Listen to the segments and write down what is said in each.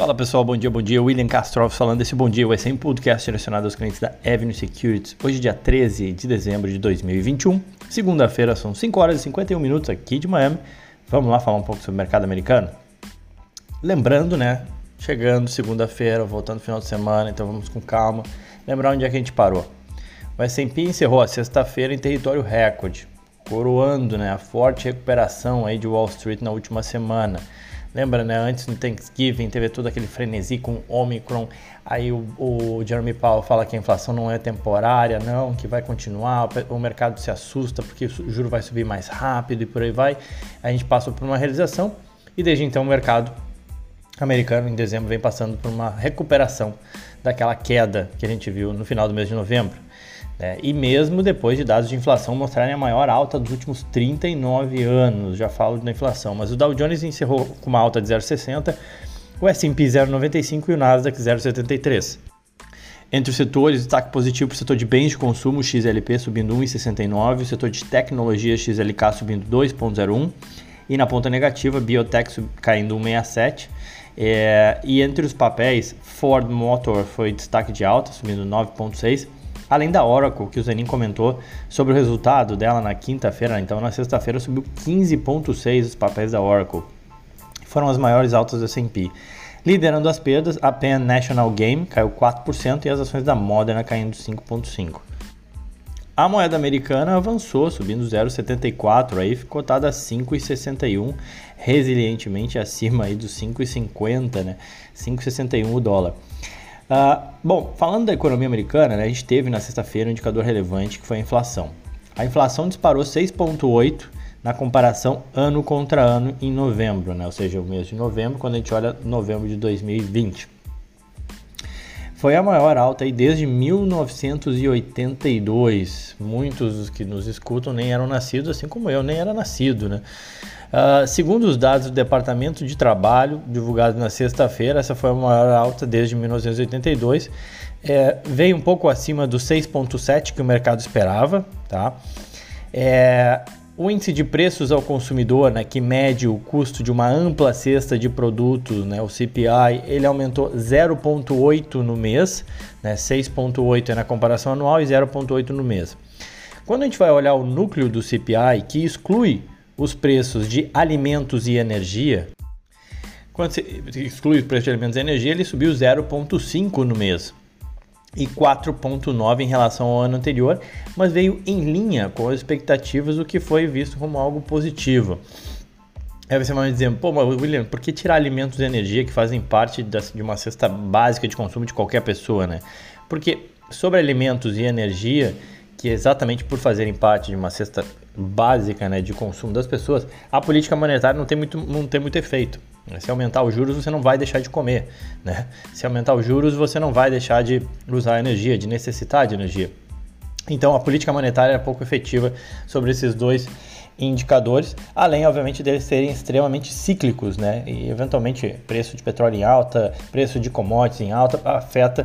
Fala pessoal, bom dia, William Castro falando. Esse bom dia vai ser um podcast direcionado aos clientes da Avenue Securities. Hoje dia 13 de dezembro de 2021, segunda-feira, são 5 horas e 51 minutos aqui de Miami. Vamos lá falar um pouco sobre o mercado americano? Lembrando, chegando segunda-feira, voltando no final de semana, então vamos com calma. Lembrar onde é que a gente parou. O S&P encerrou a sexta-feira em território recorde, coroando a forte recuperação aí de Wall Street na última semana. Lembra, antes do Thanksgiving teve todo aquele frenesi com o Omicron, aí o Jeremy Powell fala que a inflação não é temporária, não, que vai continuar, o mercado se assusta porque o juro vai subir mais rápido e por aí vai. A gente passou por uma realização e desde então o mercado americano em dezembro vem passando por uma recuperação daquela queda que a gente viu no final do mês de novembro. E mesmo depois de dados de inflação mostrarem a maior alta dos últimos 39 anos, já falo da inflação, mas o Dow Jones encerrou com uma alta de 0,60, o S&P 0,95 e o Nasdaq 0,73. Entre os setores, destaque positivo para o setor de bens de consumo, o XLP subindo 1,69, o setor de tecnologia XLK subindo 2,01 e na ponta negativa, Biotech caindo 1,67. E entre os papéis, Ford Motor foi destaque de alta, subindo 9,6. Além da Oracle, que o Zenin comentou sobre o resultado dela na quinta-feira, então na sexta-feira subiu 15,6 os papéis da Oracle. Foram as maiores altas do S&P. Liderando as perdas, a Penn National Game caiu 4% e as ações da Moderna caindo 5,5%. A moeda americana avançou, subindo 0,74, aí ficou cotada a 5,61, resilientemente acima aí dos 5,50, 5,61 o dólar. Bom, falando da economia americana, a gente teve na sexta-feira um indicador relevante que foi a inflação. A inflação disparou 6,8% na comparação ano contra ano em novembro, ou seja, o mês de novembro, quando a gente olha novembro de 2020. Foi a maior alta aí desde 1982. Muitos dos que nos escutam nem eram nascidos, assim como eu nem era nascido, Segundo os dados do Departamento de Trabalho, divulgados na sexta-feira, essa foi a maior alta desde 1982. Veio um pouco acima dos 6,7% que o mercado esperava. Tá? O índice de preços ao consumidor, que mede o custo de uma ampla cesta de produtos, o CPI, ele aumentou 0,8% no mês, 6,8% na comparação anual e 0,8% no mês. Quando a gente vai olhar o núcleo do CPI, que exclui os preços de alimentos e energia, quando você exclui os preços de alimentos e energia, ele subiu 0,5% no mês e 4,9% em relação ao ano anterior, mas veio em linha com as expectativas, o que foi visto como algo positivo. Aí você vai me dizer, mas William, por que tirar alimentos e energia que fazem parte de uma cesta básica de consumo de qualquer pessoa, Porque sobre alimentos e energia, que exatamente por fazerem parte de uma cesta básica de consumo das pessoas, a política monetária não tem muito efeito. Se aumentar os juros, você não vai deixar de comer. Se aumentar os juros, você não vai deixar de usar energia, de necessitar de energia. Então, a política monetária é pouco efetiva sobre esses dois indicadores, além, obviamente, deles serem extremamente cíclicos, E, eventualmente, preço de petróleo em alta, preço de commodities em alta, afeta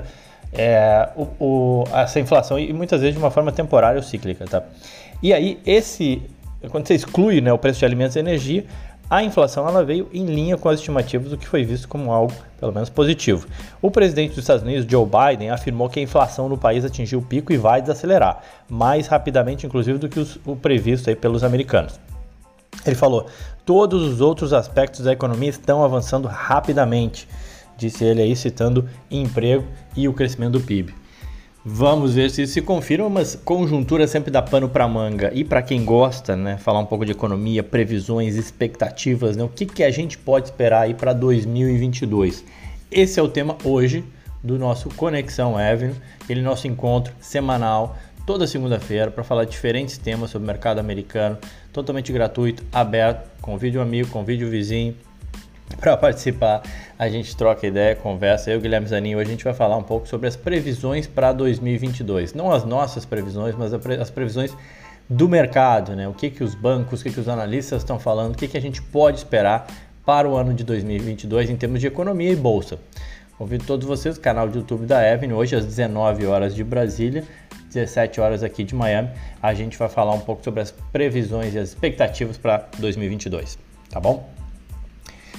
essa inflação e muitas vezes de uma forma temporária ou cíclica, tá? E aí, quando você exclui o preço de alimentos e energia, a inflação ela veio em linha com as estimativas, o que foi visto como algo, pelo menos, positivo. O presidente dos Estados Unidos, Joe Biden, afirmou que a inflação no país atingiu o pico e vai desacelerar, mais rapidamente, inclusive, do que o previsto aí pelos americanos. Ele falou, todos os outros aspectos da economia estão avançando rapidamente, disse ele aí, citando emprego e o crescimento do PIB. Vamos ver se isso se confirma, mas conjuntura sempre dá pano para manga. E para quem gosta, falar um pouco de economia, previsões, expectativas, o que a gente pode esperar aí para 2022? Esse é o tema hoje do nosso Conexão Avenue, aquele nosso encontro semanal, toda segunda-feira, para falar de diferentes temas sobre o mercado americano, totalmente gratuito, aberto, convide um amigo, convide o vizinho, para participar, a gente troca ideia, conversa. Eu, Guilherme Zanin, hoje a gente vai falar um pouco sobre as previsões para 2022. Não as nossas previsões, mas as previsões do mercado, O que os bancos, o que os analistas estão falando, o que a gente pode esperar para o ano de 2022 em termos de economia e bolsa. Convido todos vocês, canal do YouTube da Avenue, hoje às 19 horas de Brasília, 17 horas aqui de Miami. A gente vai falar um pouco sobre as previsões e as expectativas para 2022, tá bom?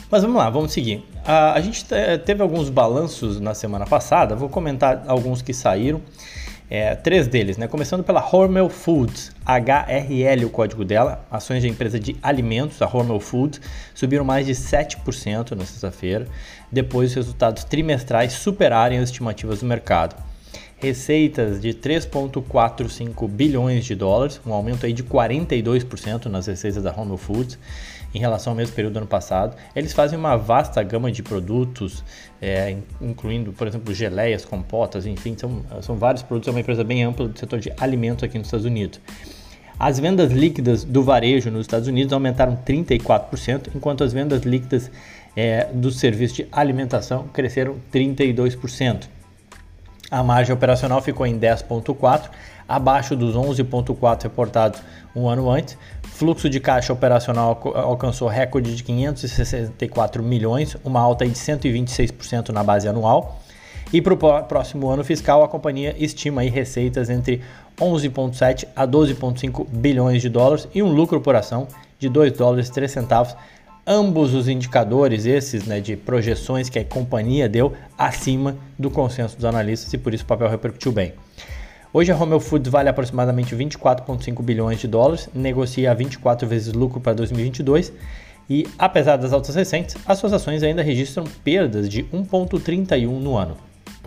Mas vamos lá, vamos seguir. A gente teve alguns balanços na semana passada, vou comentar alguns que saíram. 3 deles, né? Começando pela Hormel Foods, HRL o código dela, ações da empresa de alimentos, a Hormel Foods, subiram mais de 7% na sexta-feira, depois os resultados trimestrais superarem as estimativas do mercado. Receitas de 3,45 bilhões de dólares, um aumento aí de 42% nas receitas da Hormel Foods em relação ao mesmo período do ano passado. Eles fazem uma vasta gama de produtos, incluindo, por exemplo, geleias, compotas, enfim, são vários produtos, é uma empresa bem ampla do setor de alimentos aqui nos Estados Unidos. As vendas líquidas do varejo nos Estados Unidos aumentaram 34%, enquanto as vendas líquidas do serviço de alimentação cresceram 32%. A margem operacional ficou em 10,4%, abaixo dos 11,4% reportados um ano antes. Fluxo de caixa operacional alcançou recorde de 564 milhões, uma alta de 126% na base anual. E para o próximo ano fiscal, a companhia estima aí receitas entre 11,7 a 12,5 bilhões de dólares e um lucro por ação de 2 dólares e 3 centavos. Ambos os indicadores, esses, né, de projeções que a companhia deu, acima do consenso dos analistas, e por isso o papel repercutiu bem. Hoje a Hormel Foods vale aproximadamente 24,5 bilhões de dólares, negocia a 24 vezes lucro para 2022 e, apesar das altas recentes, as suas ações ainda registram perdas de 1,31 no ano.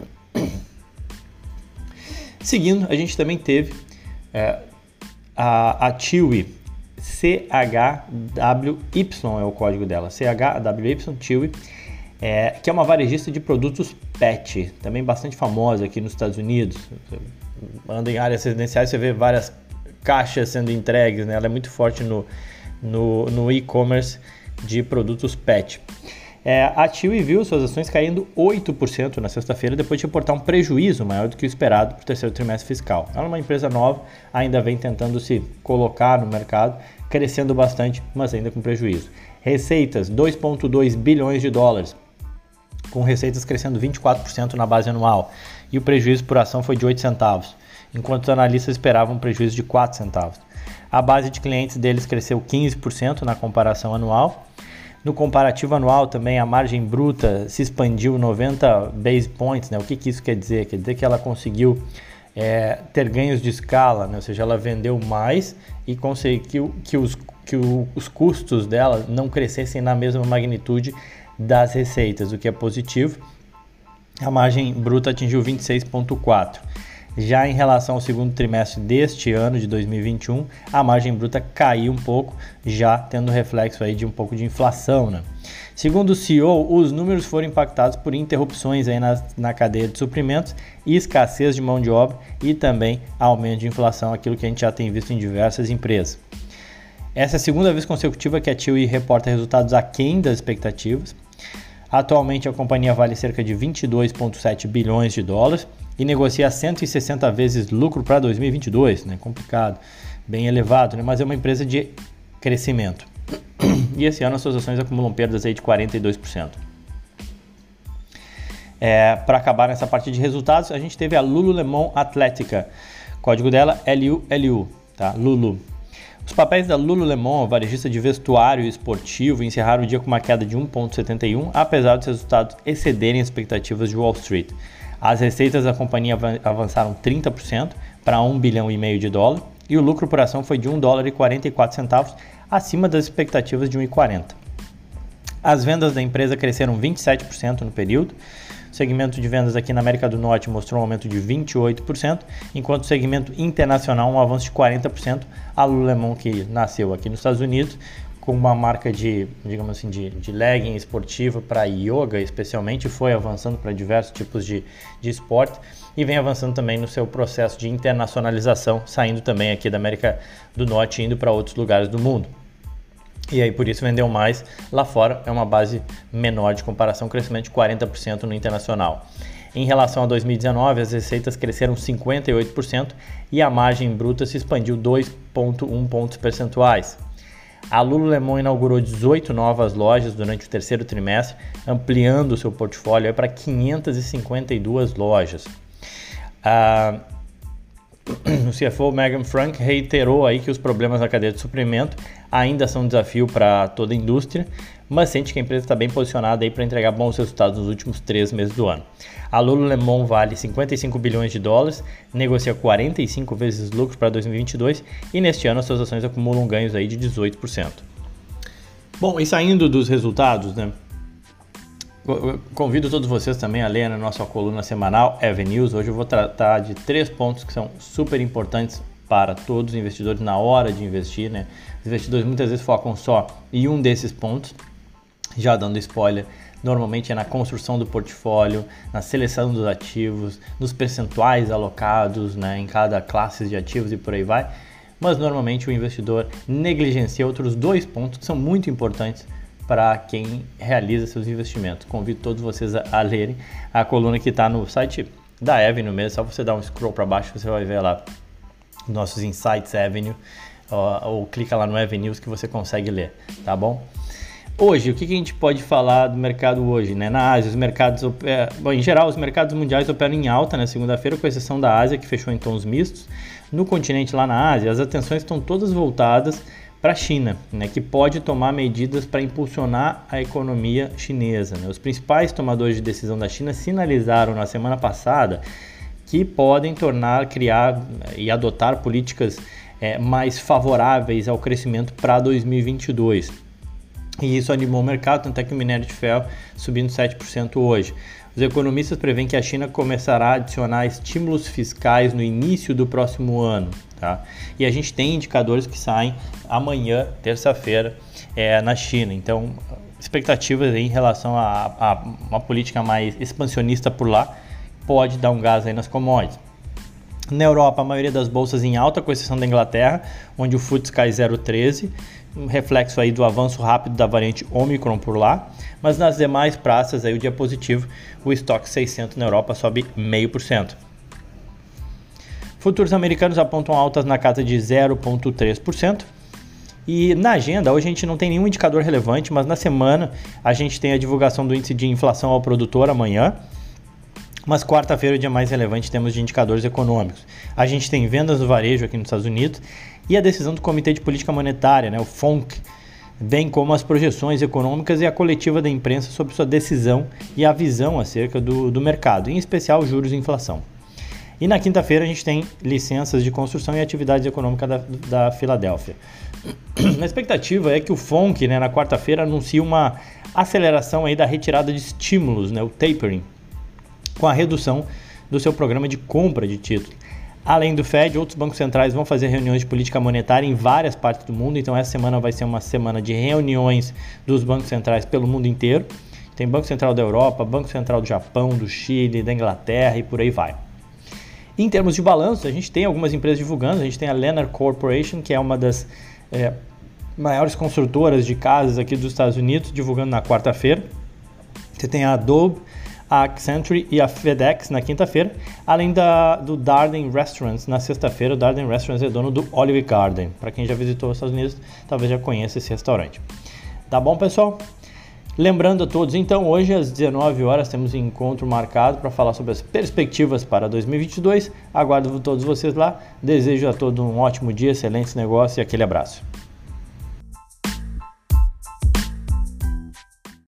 Seguindo, a gente também teve a Chewy, CHWY é o código dela, CHWY, Chewy, que é uma varejista de produtos pet, também bastante famosa aqui nos Estados Unidos. Você anda em áreas residenciais, você vê várias caixas sendo entregues, né? Ela é muito forte no e-commerce de produtos pet. A Chewy viu suas ações caindo 8% na sexta-feira depois de reportar um prejuízo maior do que o esperado para o terceiro trimestre fiscal. Ela é uma empresa nova, ainda vem tentando se colocar no mercado, crescendo bastante, mas ainda com prejuízo. Receitas, 2,2 bilhões de dólares, com receitas crescendo 24% na base anual, e o prejuízo por ação foi de 8 centavos, enquanto os analistas esperavam um prejuízo de 4 centavos. A base de clientes deles cresceu 15% na comparação anual. No comparativo anual também a margem bruta se expandiu 90 base points, né? O que isso quer dizer? Quer dizer que ela conseguiu ter ganhos de escala, né? Ou seja, ela vendeu mais e conseguiu que os custos dela não crescessem na mesma magnitude das receitas, o que é positivo. A margem bruta atingiu 26,4%. Já em relação ao segundo trimestre deste ano, de 2021, a margem bruta caiu um pouco, já tendo reflexo aí de um pouco de inflação, né? Segundo o CEO, os números foram impactados por interrupções aí na cadeia de suprimentos e escassez de mão de obra e também aumento de inflação, aquilo que a gente já tem visto em diversas empresas. Essa é a segunda vez consecutiva que a Chewy reporta resultados aquém das expectativas. Atualmente a companhia vale cerca de 22,7 bilhões de dólares e negocia 160 vezes lucro para 2022, né? Complicado, bem elevado, né? Mas é uma empresa de crescimento. E esse ano as suas ações acumulam perdas aí de 42%. Para acabar nessa parte de resultados, a gente teve a Lululemon Athletica, código dela LULU, tá? Lulu. Os papéis da Lululemon, varejista de vestuário esportivo, encerraram o dia com uma queda de 1,71, apesar dos resultados excederem as expectativas de Wall Street. As receitas da companhia avançaram 30% para 1,5 bilhão de dólar e o lucro por ação foi de 1 dólar e 44 centavos, acima das expectativas de 1,40. As vendas da empresa cresceram 27% no período. O segmento de vendas aqui na América do Norte mostrou um aumento de 28%, enquanto o segmento internacional um avanço de 40%. A Lululemon, que nasceu aqui nos Estados Unidos, com uma marca de, digamos assim, de legging esportiva para yoga, especialmente, foi avançando para diversos tipos de esporte e vem avançando também no seu processo de internacionalização, saindo também aqui da América do Norte e indo para outros lugares do mundo. E aí por isso vendeu mais lá fora, é uma base menor de comparação, crescimento de 40% no internacional. Em relação a 2019, as receitas cresceram 58% e a margem bruta se expandiu 2,1 pontos percentuais. A Lululemon inaugurou 18 novas lojas durante o terceiro trimestre, ampliando o seu portfólio para 552 lojas. O CFO Megan Frank reiterou aí que os problemas na cadeia de suprimento ainda são um desafio para toda a indústria, mas sente que a empresa está bem posicionada aí para entregar bons resultados nos últimos 3 meses do ano. A Lululemon vale 55 bilhões de dólares, negocia 45 vezes lucro para 2022 e neste ano as suas ações acumulam ganhos aí de 18%. Bom, e saindo dos resultados, né? Convido todos vocês também a ler na nossa coluna semanal Avenues. Hoje eu vou tratar de 3 pontos que são super importantes para todos os investidores na hora de investir, né? Os investidores muitas vezes focam só em um desses pontos, já dando spoiler, normalmente é na construção do portfólio, na seleção dos ativos, nos percentuais alocados, né, em cada classe de ativos e por aí vai, mas normalmente o investidor negligencia outros 2 pontos que são muito importantes para quem realiza seus investimentos. Convido todos vocês a lerem a coluna que está no site da Avenue mesmo, só você dar um scroll para baixo você vai ver lá nossos Insights Avenue, ou clica lá no Avenues que você consegue ler, tá bom? Hoje, o que a gente pode falar do mercado hoje, né? Na Ásia, os mercados, em geral, os mercados mundiais operam em alta na segunda-feira, com exceção da Ásia, que fechou em tons mistos. No continente lá na Ásia, as atenções estão todas voltadas para a China, né, que pode tomar medidas para impulsionar a economia chinesa, né? Os principais tomadores de decisão da China sinalizaram na semana passada que podem criar e adotar políticas mais favoráveis ao crescimento para 2022. E isso animou o mercado, tanto é que o minério de ferro subindo 7% hoje. Os economistas preveem que a China começará a adicionar estímulos fiscais no início do próximo ano. Tá? E a gente tem indicadores que saem amanhã, terça-feira, na China. Então, expectativas aí em relação a uma política mais expansionista por lá pode dar um gás aí nas commodities. Na Europa, a maioria das bolsas em alta, com exceção da Inglaterra, onde o FTSE cai 0,13%, um reflexo aí do avanço rápido da variante Omicron por lá, mas nas demais praças aí o dia positivo, o estoque 600 na Europa sobe 0,5%. Futuros americanos apontam altas na casa de 0,3%. E na agenda, hoje a gente não tem nenhum indicador relevante, mas na semana a gente tem a divulgação do índice de inflação ao produtor amanhã. Mas quarta-feira, o dia mais relevante em termos de indicadores econômicos. A gente tem vendas do varejo aqui nos Estados Unidos e a decisão do Comitê de Política Monetária, né, o FONC, bem como as projeções econômicas e a coletiva da imprensa sobre sua decisão e a visão acerca do mercado, em especial juros e inflação. E na quinta-feira a gente tem licenças de construção e atividades econômicas da Filadélfia. A expectativa é que o FONC, né, na quarta-feira, anuncie uma aceleração aí da retirada de estímulos, né, o tapering, com a redução do seu programa de compra de títulos. Além do Fed, outros bancos centrais vão fazer reuniões de política monetária em várias partes do mundo, então essa semana vai ser uma semana de reuniões dos bancos centrais pelo mundo inteiro. Tem Banco Central da Europa, Banco Central do Japão, do Chile, da Inglaterra e por aí vai. Em termos de balanço, a gente tem algumas empresas divulgando, a gente tem a Lennar Corporation, que é uma das maiores construtoras de casas aqui dos Estados Unidos, divulgando na quarta-feira. Você tem a Adobe, a Accenture e a FedEx na quinta-feira, além do Darden Restaurants na sexta-feira. O Darden Restaurants é dono do Olive Garden. Para quem já visitou os Estados Unidos, talvez já conheça esse restaurante. Tá bom, pessoal? Lembrando a todos, então, hoje às 19 horas temos um encontro marcado para falar sobre as perspectivas para 2022. Aguardo todos vocês lá. Desejo a todos um ótimo dia, excelente negócio e aquele abraço.